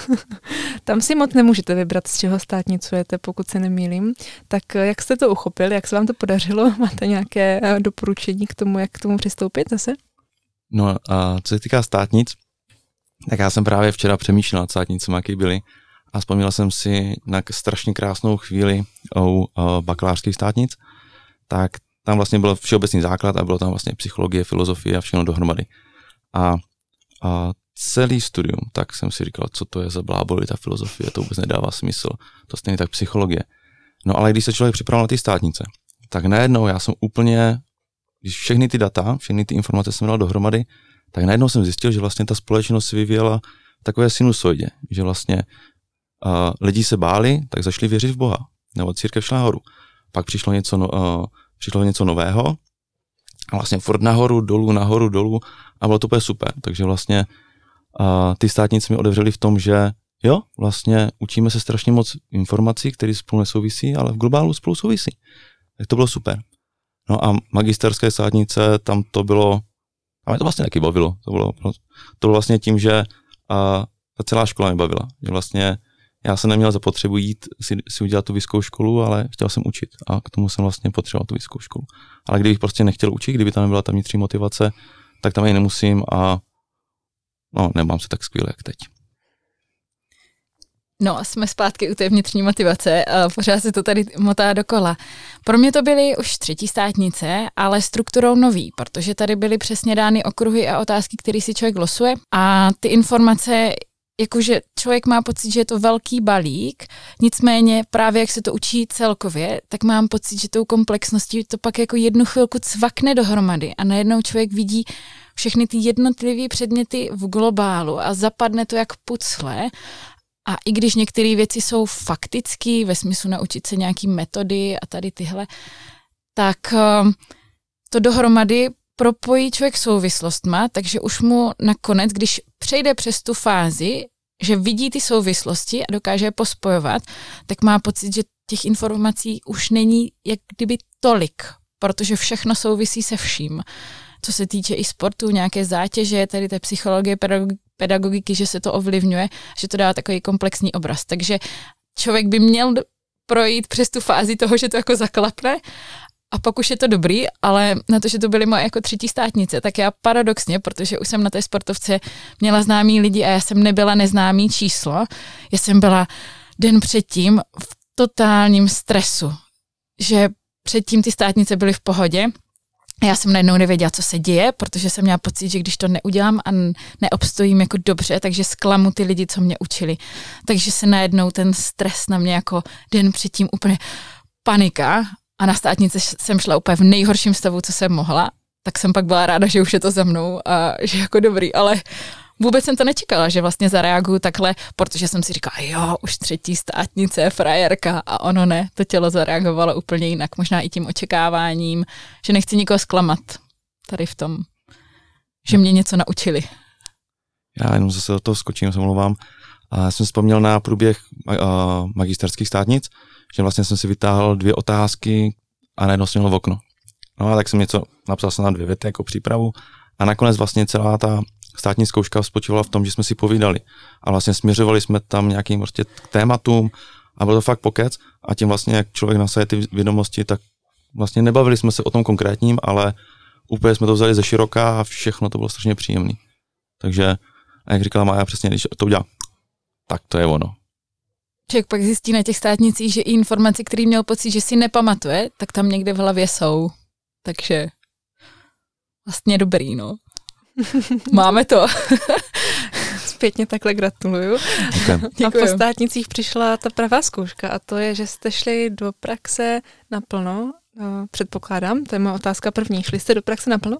Tam si moc nemůžete vybrat, z čeho státnicujete, pokud se nemýlím. Tak jak jste to uchopili, jak se vám to podařilo? Máte nějaké doporučení k tomu, jak k tomu přistoupit zase? No a co se týká státnic, tak já jsem právě včera přemýšlel nad státnicemi, jaký byly a vzpomněl jsem si na strašně krásnou chvíli u bakalářských státnic, tak tam vlastně byl všeobecný základ a bylo tam vlastně psychologie, filozofie a všechno dohromady. A celý studium, tak jsem si říkal, co to je za bláboli, ta filozofie, to vůbec nedává smysl. To stejně tak psychologie. No ale když se člověk připravil na ty státnice, tak najednou já jsem úplně, když všechny ty data, všechny ty informace jsem dal dohromady, tak najednou jsem zjistil, že vlastně ta společnost se vyvíjela v takové sinusoidě, že vlastně lidi se báli, tak začali věřit v Boha, nebo církev šla nahoru. Pak přišlo něco nového a vlastně furt nahoru, dolů a bylo to úplně super. Takže vlastně ty státnice mi otevřely v tom, že jo, vlastně učíme se strašně moc informací, které spolu nesouvisí, ale v globálu spolu souvisí. Tak to bylo super. No a magisterské státnice, tam to bylo, a mě to vlastně taky bavilo. To bylo vlastně tím, že ta celá škola mě bavila. Že vlastně já jsem neměl zapotřebu jít si udělat tu vysokou školu, ale chtěl jsem učit a k tomu jsem vlastně potřeboval tu vysokou školu. Ale kdybych prostě nechtěl učit, kdyby tam nebyla ta vnitřní motivace, tak tam ji nemusím a nemám se tak skvěle, jak teď. No, jsme zpátky u té vnitřní motivace a pořád se to tady motá dokola. Pro mě to byly už třetí státnice, ale strukturou nový, protože tady byly přesně dány okruhy a otázky, které si člověk losuje a ty informace, jakože člověk má pocit, že je to velký balík, nicméně právě jak se to učí celkově, tak mám pocit, že tou komplexností to pak jako jednu chvilku cvakne dohromady a najednou člověk vidí všechny ty jednotlivé předměty v globálu a zapadne to jak pucle. A i když některé věci jsou faktické, ve smyslu naučit se nějaký metody a tady tyhle, tak to dohromady propojí člověk souvislostma, takže už mu nakonec, když přejde přes tu fázi, že vidí ty souvislosti a dokáže je pospojovat, tak má pocit, že těch informací už není jak kdyby tolik, protože všechno souvisí se vším. Co se týče i sportu, nějaké zátěže, tady té psychologie, pedagogiky, že se to ovlivňuje, že to dá takový komplexní obraz. Takže člověk by měl projít přes tu fázi toho, že to jako zaklapne a pak už je to dobrý, ale na to, že to byly moje jako 3. státnice, tak já paradoxně, protože už jsem na té sportovce měla známý lidi a já jsem nebyla neznámý číslo, já jsem byla den předtím v totálním stresu, že předtím ty státnice byly v pohodě. Já jsem najednou nevěděla, co se děje, protože jsem měla pocit, že když to neudělám a neobstojím jako dobře, takže zklamu ty lidi, co mě učili. Takže se najednou ten stres na mě jako den předtím úplně panika a na státnice jsem šla úplně v nejhorším stavu, co jsem mohla, tak jsem pak byla ráda, že už je to za mnou a že jako dobrý, ale vůbec jsem to nečekala, že vlastně zareaguju takhle, protože jsem si říkala, jo, už 3. státnice, frajerka a ono ne, to tělo zareagovalo úplně jinak, možná i tím očekáváním, že nechci nikoho zklamat tady v tom, že mě něco naučili. Já jenom zase do toho skočím, se omlouvám. Já jsem vzpomněl na průběh magisterských státnic, že vlastně jsem si vytáhl 2 otázky a najednou jsem měl v okno. No a tak jsem napsal jsem na 2 věty jako přípravu a nakonec vlastně celá ta státní zkouška spočívala v tom, že jsme si povídali a vlastně směřovali jsme tam nějakým prostě k tématům a byl to fakt pokec a tím vlastně, jak člověk nasaje ty vědomosti, tak vlastně nebavili jsme se o tom konkrétním, ale úplně jsme to vzali ze široka a všechno to bylo strašně příjemné. Takže, jak říkala Mája, přesně, když to udělá, tak to je ono. Člověk pak zjistí na těch státnicích, že i informace, který měl pocit, že si nepamatuje, tak tam někde v hlavě jsou. Takže vlastně dobrý, no. Máme to. Zpětně takhle gratuluju. A po státnicích přišla ta pravá zkouška a to je, že jste šli do praxe naplno. Předpokládám, to je moje otázka první. Šli jste do praxe naplno?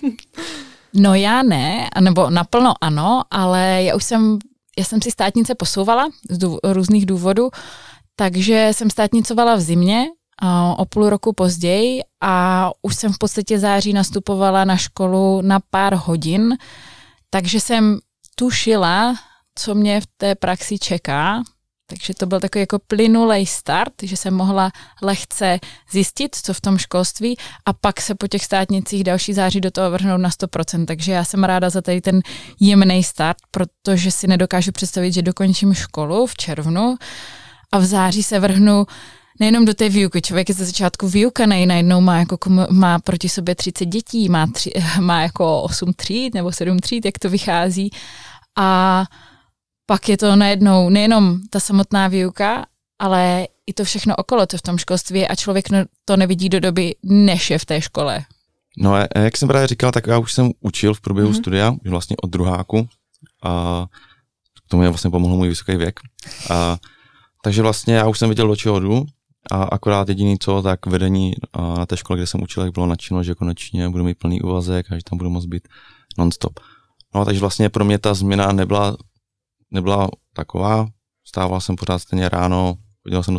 No já ne, nebo naplno ano, ale já jsem si státnice posouvala z různých důvodů, takže jsem státnicovala v zimě, o půl roku později a už jsem v podstatě září nastupovala na školu na pár hodin, takže jsem tušila, co mě v té praxi čeká, takže to byl takový jako plynulej start, že jsem mohla lehce zjistit, co v tom školství a pak se po těch státnicích další září do toho vrhnout na 100%, takže já jsem ráda za tady ten jemný start, protože si nedokážu představit, že dokončím školu v červnu a v září se vrhnu nejenom do té výuky, člověk je ze začátku výukanej, najednou má proti sobě 30 dětí, má jako 8 tříd nebo 7 tříd, jak to vychází a pak je to najednou nejenom ta samotná výuka, ale i to všechno okolo, co v tom školství je a člověk to nevidí do doby, než je v té škole. No a jak jsem právě říkal, tak já už jsem učil v průběhu studia, už vlastně od druháku a k tomu mě vlastně pomohl můj vysoký věk. Takže vlastně já už jsem viděl, do čeho jdu a akorát jediný co, tak vedení na té škole, kde jsem učil, tak bylo nadšeno, že konečně budu mít plný úvazek a že tam budu moct být non-stop. No takže vlastně pro mě ta změna nebyla taková, stával jsem pořád stejně ráno, chodil jsem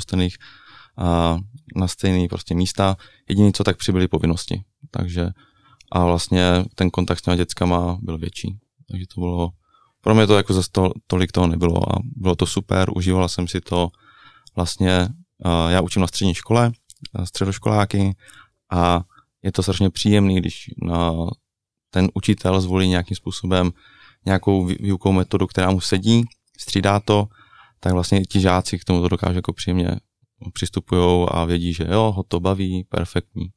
na stejný prostě místa, jediný co, tak přibyly povinnosti, takže a vlastně ten kontakt s těma dětskama byl větší, takže to bylo, pro mě to jako zase tolik toho nebylo a bylo to super, užíval jsem si to, vlastně já učím na střední škole, středoškoláky a je to strašně příjemný, když ten učitel zvolí nějakým způsobem nějakou výukovou metodu, která mu sedí, střídá to, tak vlastně ti žáci k tomu to dokážou jako příjemně přistupujou a vědí, že jo, ho to baví, perfektní.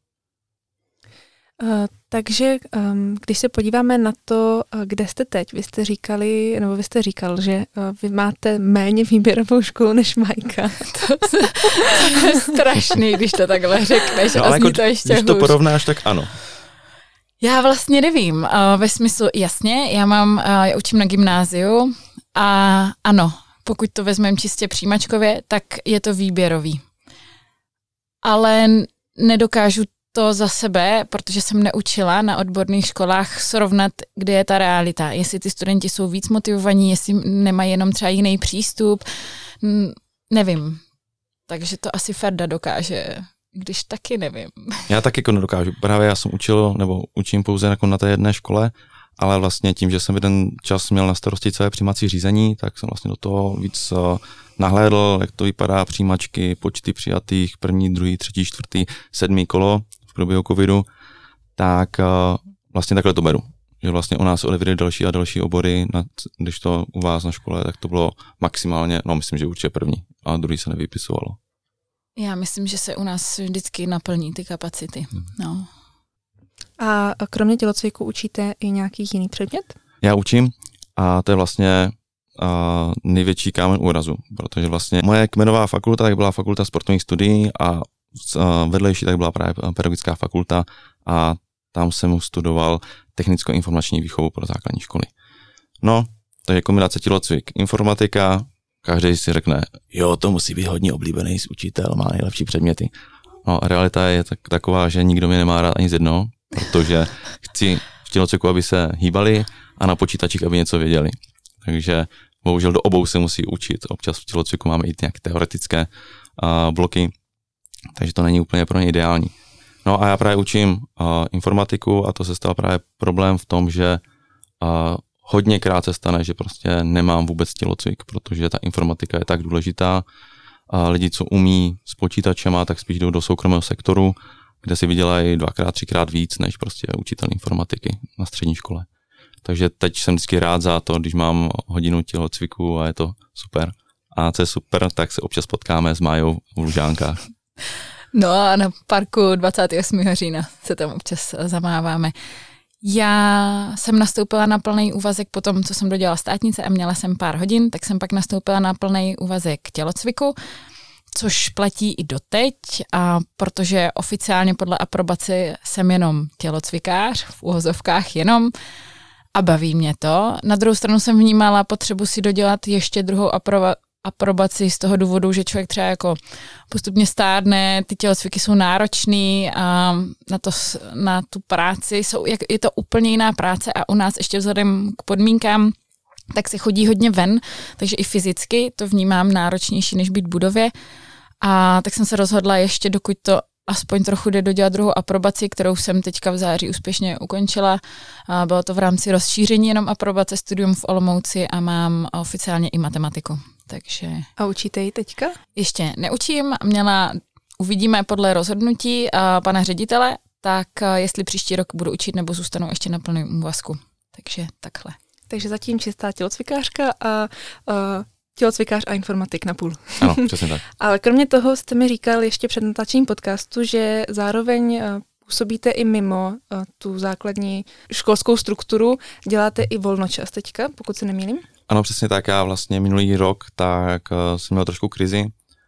Takže když se podíváme na to, kde jste teď, vy jste říkal, že vy máte méně výběrovou školu než Majka. To je strašný, když to takhle řekneš no, a zní jako, to ještě když to porovnáš, tak ano. Já vlastně nevím, ve smyslu jasně, já učím na gymnáziu a ano, pokud to vezmeme čistě přijímačkově, tak je to výběrový. Ale nedokážu to za sebe, protože jsem neučila na odborných školách srovnat, kde je ta realita. Jestli ty studenti jsou víc motivovaní, jestli nemají jenom třeba jiný přístup, nevím. Takže to asi Ferda dokáže, když taky nevím. Já taky jako nedokážu. Právě já jsem učím pouze jako na té jedné škole, ale vlastně tím, že jsem jeden čas měl na starosti celé přijímací řízení, tak jsem vlastně do toho víc nahlédl, jak to vypadá přijímačky, počty přijatých, 1., 2., 3., 4., 7. kolo v průběhu covidu, tak vlastně takhle to beru. Že vlastně u nás odevřeli další a další obory, když to u vás na škole, tak to bylo maximálně, myslím, že určitě 1. a 2. se nevypisovalo. Já myslím, že se u nás vždycky naplní ty kapacity. No. A kromě tělocviku učíte i nějaký jiný předmět? Já učím a to je vlastně největší kámen úrazu, protože vlastně moje kmenová fakulta tak byla fakulta sportovních studií a vedlejší tak byla právě pedagogická fakulta a tam jsem studoval technicko-informační výchovu pro základní školy. No, takže kombinace tělocvik, informatika, každý si řekne, jo, to musí být hodně oblíbený učitel, má nejlepší předměty. No, realita je taková, že nikdo mě nemá rád ani z jednoho, protože chci v tělocviku, aby se hýbali a na počítačích, aby něco věděli. Takže bohužel do obou se musí učit. Občas v tělocviku máme i nějaké teoretické bloky, takže to není úplně pro ně ideální. No a já právě učím informatiku a to se stal právě problém v tom, že hodněkrát se stane, že prostě nemám vůbec tělocvik, protože ta informatika je tak důležitá. Lidi, co umí s počítačema, tak spíš jdou do soukromého sektoru, kde si vydělají 2x, 3x víc, než prostě učitel informatiky na střední škole. Takže teď jsem vždycky rád za to, když mám hodinu tělocviku a je to super. A co je super, tak se občas potkáme s Májou v Lužánkách. No a na parku 28. října se tam občas zamáváme. Já jsem nastoupila na plný úvazek po tom, co jsem dodělala státnice a měla jsem pár hodin, tak jsem pak nastoupila na plný úvazek tělocviku, což platí i doteď, a protože oficiálně podle aprobace jsem jenom tělocvikář, v uvozovkách jenom, a baví mě to. Na druhou stranu jsem vnímala potřebu si dodělat ještě druhou aprobaci z toho důvodu, že člověk třeba jako postupně stárne, ty tělocviky jsou náročný a na tu práci je to úplně jiná práce a u nás ještě vzhledem k podmínkám tak se chodí hodně ven, takže i fyzicky to vnímám náročnější, než být v budově. A tak jsem se rozhodla ještě, dokud to aspoň trochu jde dodělat druhou aprobaci, kterou jsem teďka v září úspěšně ukončila. A bylo to v rámci rozšíření jenom aprobace, studium v Olomouci a mám oficiálně i matematiku. Takže... A učíte ji teďka? Ještě neučím, uvidíme podle rozhodnutí pana ředitele, tak jestli příští rok budu učit nebo zůstanu ještě na plném úvazku. Takže takhle. Takže zatím čistá tělocvikářka a tělocvikář a informatik na půl. Ano, přesně tak. Ale kromě toho jste mi říkal ještě před natáčením podcastu, že zároveň působíte i mimo tu základní školskou strukturu, děláte i volnočas teďka, pokud se nemýlím? Ano, přesně tak. Já vlastně minulý rok tak jsem měl trošku krizi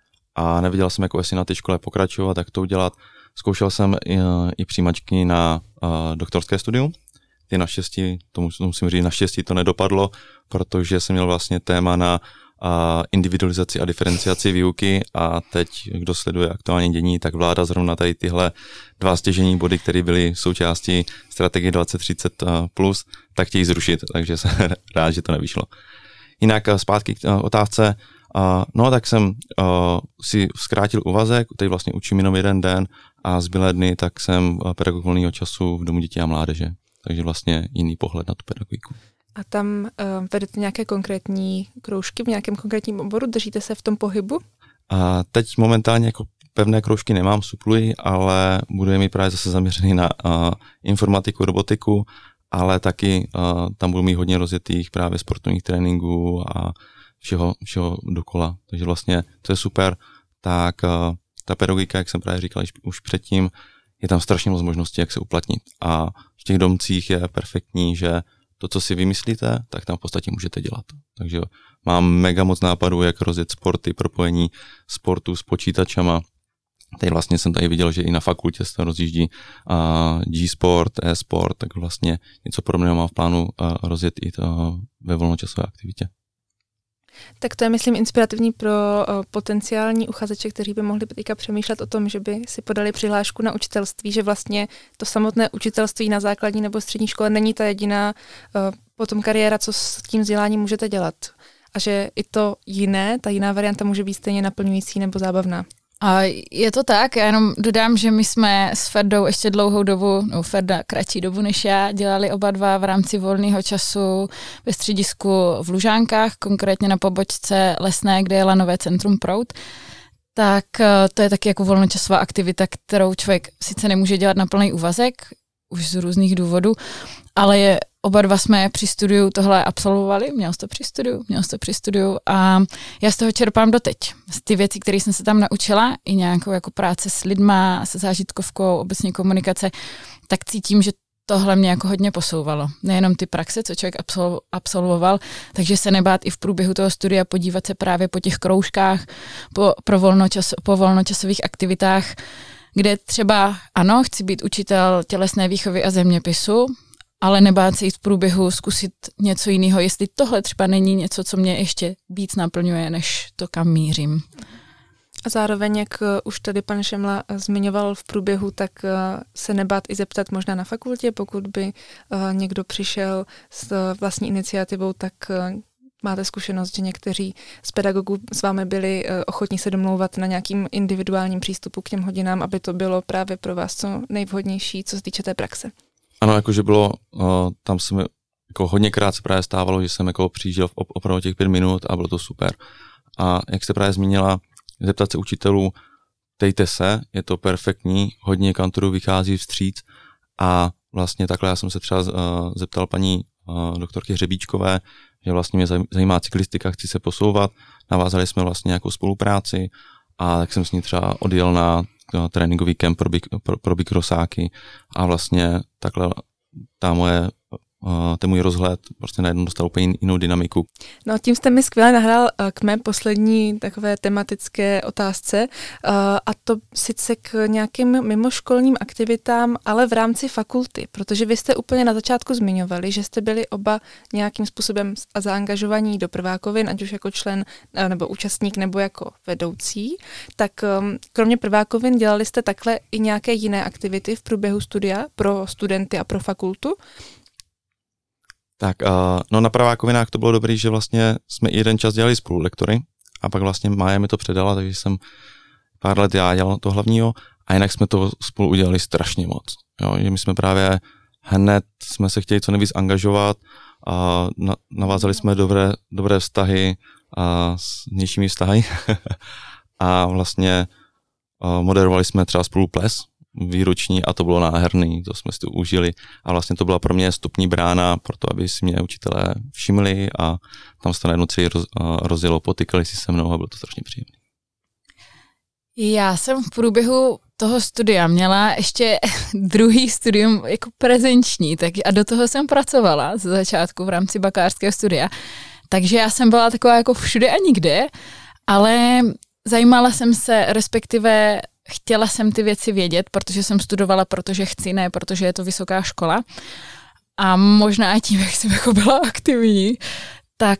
a nevěděl jsem, jako jestli na té škole pokračovat, jak to udělat. Zkoušel jsem i přijímačky na doktorské studium. Ty naštěstí, to musím říct, naštěstí to nedopadlo, protože jsem měl vlastně téma na individualizaci a diferenciaci výuky a teď, kdo sleduje aktuální dění, tak vláda zrovna tady tyhle 2 stěžejní body, které byly součástí strategie 2030+, tak chtějí zrušit, takže jsem rád, že to nevyšlo. Jinak zpátky k otázce, no tak jsem si zkrátil úvazek, teď vlastně učím jenom 1 den a zbylé dny, tak jsem pedagog volného času v Domu dětí a mládeže, takže vlastně jiný pohled na tu pedagogiku. A tam vedete nějaké konkrétní kroužky v nějakém konkrétním oboru? Držíte se v tom pohybu? Teď momentálně jako pevné kroužky nemám, supluji, ale budu mít právě zase zaměřený na informatiku, robotiku, ale taky tam budu mít hodně rozjetých právě sportovních tréninků a všeho dokola. Takže vlastně to je super. Tak ta pedagogika, jak jsem právě říkal už předtím, je tam strašně moc možností, jak se uplatnit. A v těch domcích je perfektní, že to, co si vymyslíte, tak tam v podstatě můžete dělat. Takže mám mega moc nápadů, jak rozjet sporty, propojení sportu s počítačama. Teď vlastně jsem tady viděl, že i na fakultě se rozjíždí G-sport, e-sport, tak vlastně něco podobného mám v plánu rozjet i ve volnočasové aktivitě. Tak to je, myslím, inspirativní pro potenciální uchazeče, kteří by mohli teďka přemýšlet o tom, že by si podali přihlášku na učitelství, že vlastně to samotné učitelství na základní nebo střední škole není ta jediná potom kariéra, co s tím vzděláním můžete dělat. A že i to jiné, ta jiná varianta může být stejně naplňující nebo zábavná. A je to tak, já jenom dodám, že my jsme s Ferdou ještě dlouhou dobu, no Ferda kratší dobu než já, dělali oba dva v rámci volného času ve středisku v Lužánkách, konkrétně na pobočce Lesné, kde je lanové centrum Proud. Tak to je taky jako volnočasová aktivita, kterou člověk sice nemůže dělat na plný úvazek, už z různých důvodů, ale je oba dva jsme při studiu tohle absolvovali, měl jsi to při studiu a já z toho čerpám doteď. Z ty věci, které jsem se tam naučila, i nějakou jako práce s lidma, se zážitkovkou, obecně komunikace, tak cítím, že tohle mě jako hodně posouvalo. Nejenom ty praxe, co člověk absolvoval, takže se nebát i v průběhu toho studia podívat se právě po těch kroužkách, po volnočasových aktivitách, kde třeba ano, chci být učitel tělesné výchovy a zeměpisu, ale nebát se jít v průběhu zkusit něco jiného, jestli tohle třeba není něco, co mě ještě víc naplňuje, než to, kam mířím. A zároveň, jak už tady pan Šemla zmiňoval v průběhu, tak se nebát i zeptat možná na fakultě, pokud by někdo přišel s vlastní iniciativou, tak máte zkušenost, že někteří z pedagogů s vámi byli ochotní se domlouvat na nějakým individuálním přístupu k těm hodinám, aby to bylo právě pro vás co nejvhodnější, co se týče té praxe. Ano, jakože bylo, tam se mi jako hodněkrát se právě stávalo, že jsem jako přijížděl v opravdu těch 5 minut a bylo to super. A jak jste právě zmínila, zeptat se učitelů, ptejte se, je to perfektní, hodně kantorů vychází vstříc a vlastně takhle já jsem se třeba zeptal paní doktorky Hřebíčkové, že vlastně mě zajímá cyklistika, chci se posouvat, navázali jsme vlastně nějakou spolupráci a tak jsem s ní třeba odjel na tréninkový kemp pro bikrosáky a vlastně takhle ten můj rozhled prostě najednou dostal úplně jinou dynamiku. No tím jste mi skvěle nahrál k mé poslední takové tematické otázce a to sice k nějakým mimoškolním aktivitám, ale v rámci fakulty, protože vy jste úplně na začátku zmiňovali, že jste byli oba nějakým způsobem zaangažovaní do prvákovin, ať už jako člen nebo účastník nebo jako vedoucí, tak kromě prvákovin dělali jste takhle i nějaké jiné aktivity v průběhu studia pro studenty a pro fakultu? Tak, no na prvákovinách to bylo dobrý, že vlastně jsme i jeden čas dělali spolu lektory a pak vlastně Mája mi to předala, takže jsem pár let já dělal to hlavního a jinak jsme to spolu udělali strašně moc. Jo, že my jsme právě hned jsme se chtěli co nejvíc angažovat a navázali jsme dobré vztahy s vnějšími vztahy a vlastně moderovali jsme třeba spolu ples výroční a to bylo nádherný, to jsme si to užili a vlastně to byla pro mě vstupní brána pro to, aby si mě učitelé všimli a tam se to najednou celý rozjelo, potykali si se mnou a bylo to strašně příjemné. Já jsem v průběhu toho studia měla ještě druhý studium jako prezenční, tak a do toho jsem pracovala ze začátku v rámci bakalářského studia, takže já jsem byla taková jako všude a nikde, ale zajímala jsem se, respektive chtěla jsem ty věci vědět, protože jsem studovala, protože chci, ne protože je to vysoká škola. A možná tím, jak jsem jako byla aktivní, tak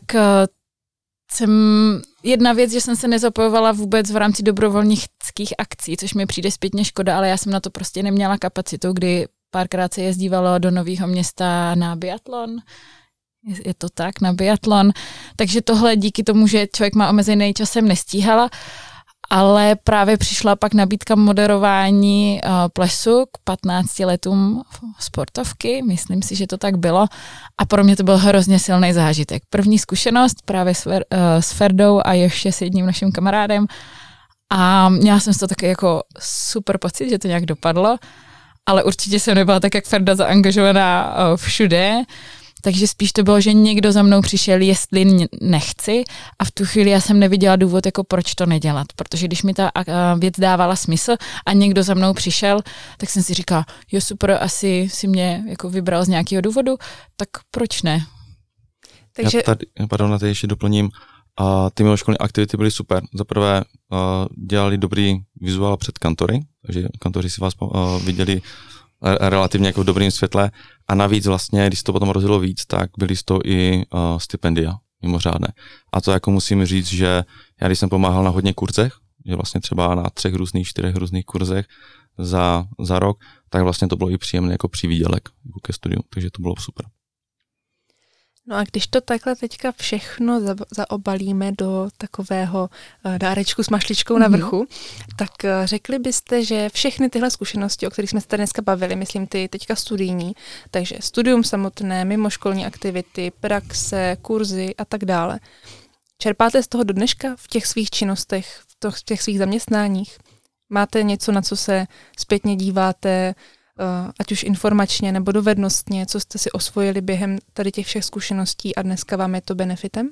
jedna věc, že jsem se nezapojovala vůbec v rámci dobrovolnických akcí, což mi přijde zpětně škoda, ale já jsem na to prostě neměla kapacitu, kdy párkrát se jezdívalo do Nového Města na biatlon. Je to tak, na biatlon. Takže tohle díky tomu, že člověk má omezený čas, jsem nestíhala, ale právě přišla pak nabídka moderování plesu k 15 letům sportovky, myslím si, že to tak bylo a pro mě to byl hrozně silný zážitek. První zkušenost právě s Ferdou a ještě s jedním naším kamarádem a měla jsem z toho taky jako super pocit, že to nějak dopadlo, ale určitě jsem nebyla tak, jak Ferda, zaangažovaná všude. Takže spíš to bylo, že někdo za mnou přišel, jestli nechci a v tu chvíli já jsem neviděla důvod, jako proč to nedělat, protože když mi ta věc dávala smysl a někdo za mnou přišel, tak jsem si říkala, jo super, asi si mě jako vybral z nějakého důvodu, tak proč ne? Takže... Já tady ještě doplním, ty mimoškolní aktivity byly super. Za prvé dělali dobrý vizuál před kantory, takže kantoři si vás viděli relativně jako v dobrým světle a navíc vlastně, když se to potom rozjelo víc, tak byly z toho i stipendia mimořádné. A to jako musím říct, že já když jsem pomáhal na hodně kurzech, že vlastně třeba na 3 různých, 4 různých kurzech za rok, tak vlastně to bylo i příjemné jako přivídělek jako ke studiu, takže to bylo super. No a když to takhle teďka všechno zaobalíme do takového dárečku s mašličkou na vrchu, tak řekli byste, že všechny tyhle zkušenosti, o kterých jsme se tady dneska bavili, myslím ty teďka studijní, takže studium samotné, mimoškolní aktivity, praxe, kurzy a tak dále. Čerpáte z toho do dneška v těch svých činnostech, v těch svých zaměstnáních? Máte něco, na co se zpětně díváte ať už informačně nebo dovednostně, co jste si osvojili během tady těch všech zkušeností a dneska vám je to benefitem?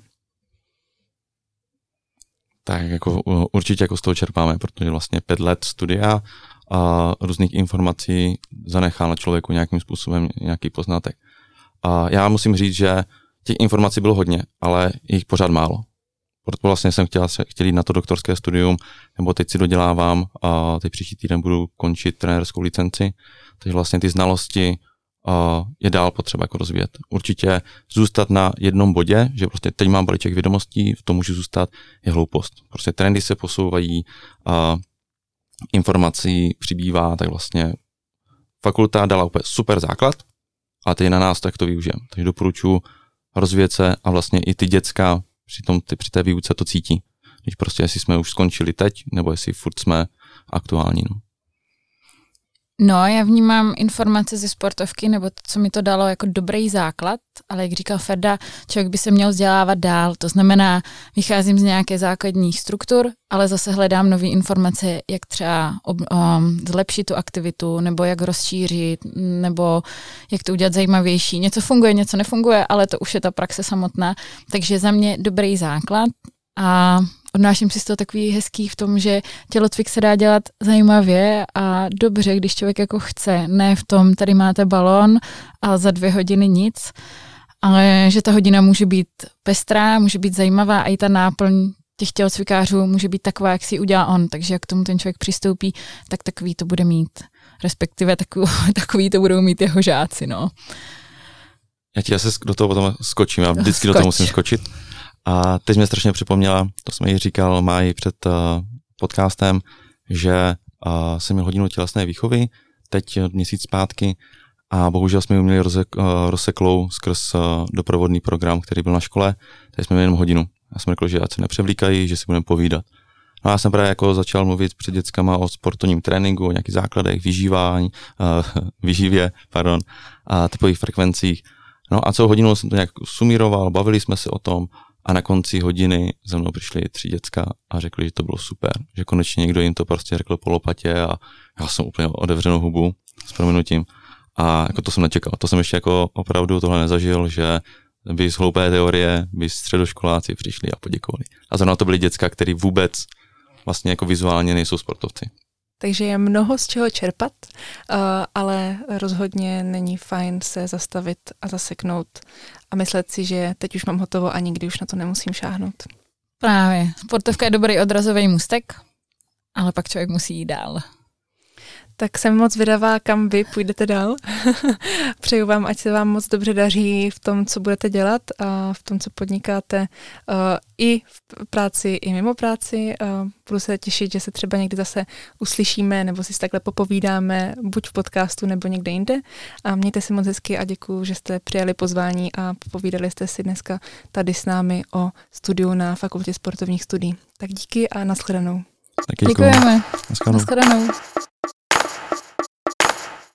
Tak jako určitě jako z toho čerpáme, protože vlastně 5 let studia a různých informací zanechá na člověku nějakým způsobem nějaký poznatek. A já musím říct, že těch informací bylo hodně, ale jich pořád málo. Proto vlastně jsem chtěl jít na to doktorské studium, nebo teď si dodělávám a teď příští týden budu končit trenérskou licenci, takže vlastně ty znalosti je dál potřeba jako rozvíjet. Určitě zůstat na jednom bodě, že prostě teď mám balíček vědomostí, v tom můžu zůstat, je hloupost. Prostě trendy se posouvají, informací přibývá, tak vlastně fakulta dala úplně super základ, a teď je na nás, tak to využijeme. Takže doporučuji rozvíjet se a vlastně i ty děcka při té výuce to cítí. Když prostě, jestli jsme už skončili teď, nebo jestli furt jsme aktuální. No, já vnímám informace ze sportovky, nebo to, co mi to dalo jako dobrý základ, ale jak říkal Ferda, člověk by se měl vzdělávat dál, to znamená, vycházím z nějaké základních struktur, ale zase hledám nové informace, jak třeba zlepšit tu aktivitu, nebo jak rozšířit, nebo jak to udělat zajímavější. Něco funguje, něco nefunguje, ale to už je ta praxe samotná, takže za mě dobrý základ a odnáším si z toho takový hezký v tom, že tělocvik se dá dělat zajímavě a dobře, když člověk jako chce. Ne v tom, tady máte balón a za 2 hodiny nic, ale že ta hodina může být pestrá, může být zajímavá a i ta náplň těch tělocvikářů může být taková, jak si ji udělá on. Takže jak k tomu ten člověk přistoupí, tak takový to bude mít. Respektive takový to budou mít jeho žáci, no. Já ti asi do toho potom skočím, já vždycky do toho musím skočit. A teď mě strašně připomněla, to jsme ji říkal Máji před podcastem, že jsem měl hodinu tělesné výchovy, teď měsíc zpátky a bohužel jsme ji měli rozseklou skrz doprovodný program, který byl na škole, teď jsme měli jenom hodinu. Já jsem řekl, že ať se nepřevlíkají, že si budeme povídat. No a já jsem právě jako začal mluvit před dětskama o sportovním tréninku, o nějakých základech, výživě a typových frekvencích. No a celou hodinu jsem to nějak sumíroval, bavili jsme se o tom a na konci hodiny za mnou přišli 3 děcka a řekli, že to bylo super, že konečně někdo jim to prostě řekl po lopatě a já jsem úplně otevřenou hubu s prominutím a jako to jsem nečekal. To jsem ještě jako opravdu tohle nezažil, že by z hloupé teorie, by středoškoláci přišli a poděkovali. A zrovna to byly děcka, který vůbec vlastně jako vizuálně nejsou sportovci. Takže je mnoho z čeho čerpat, ale rozhodně není fajn se zastavit a zaseknout a myslet si, že teď už mám hotovo a nikdy už na to nemusím šáhnout. Právě. Sportovka je dobrý odrazový můstek, ale pak člověk musí jít dál. Tak jsem moc vydavá, kam vy půjdete dál. Přeju vám, ať se vám moc dobře daří v tom, co budete dělat a v tom, co podnikáte i v práci, i mimo práci. Budu se těšit, že se třeba někdy zase uslyšíme nebo si takhle popovídáme, buď v podcastu nebo někde jinde. A mějte se moc hezky a děkuju, že jste přijali pozvání a povídali jste si dneska tady s námi o studiu na Fakultě sportovních studií. Tak díky a nashledanou. Děkujeme. Nashledanou.